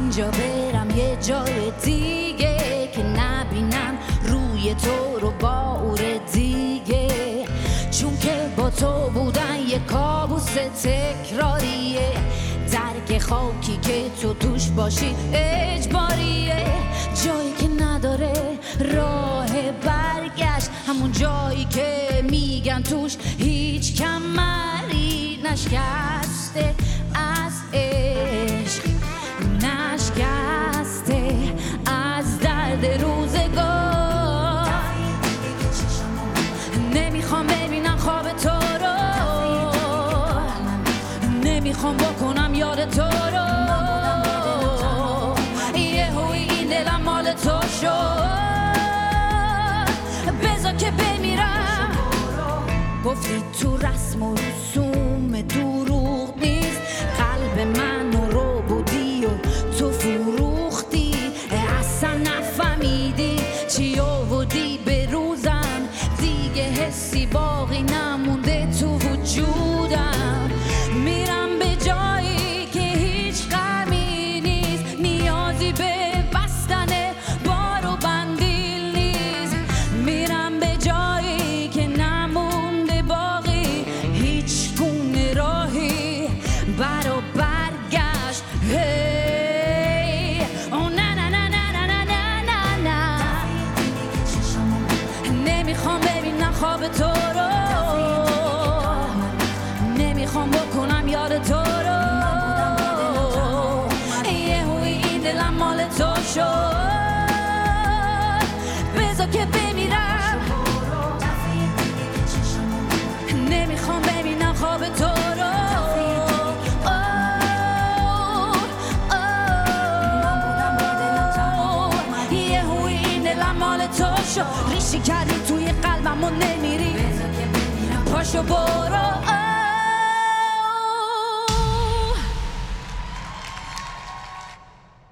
اینجا برم یه جای دیگه که نبینم روی تو رو با اور دیگه، چون که با تو بودن یه کابوس تکراریه، درک خاکی که تو توش باشی اجباریه، جایی که نداره راه برگشت، همون جایی که میگن توش هیچ کمری نشکسته از عشق، نشکسته از درد روزگار. نمیخوام ببینم خواب تو رو، نمیخوام بکنم یاد تو رو، یهویی این دلم مال تو شد، بذار که بمیرم. گفتی تو رسم و رسوم دروغ نیست، قلب من رو بودی و تو فروختی، اصلا نفهمیدی چی آوردی به روزم، دیگه حسی باقی نمونده تو وجودم، میرم به جایی که هیچ غمی نیست، نیازی به بستن بار و بندیل نیست، میرم به جایی که نمونده باقی هیچ گونه راهی برا برگشت. اوه نه نه نه نه نه نه نه نه، نمیخوام ببینم خواب تو رو، نمیخوام بکنم یاد تو رو، یهویی این دلم مال تو شد، بذار که بمیرم. نمیخوام ببینم خواب تو رو، یهویی این دلم مال تو شد، ریشی کردی توی قلبم و نمیری، پاشو برو.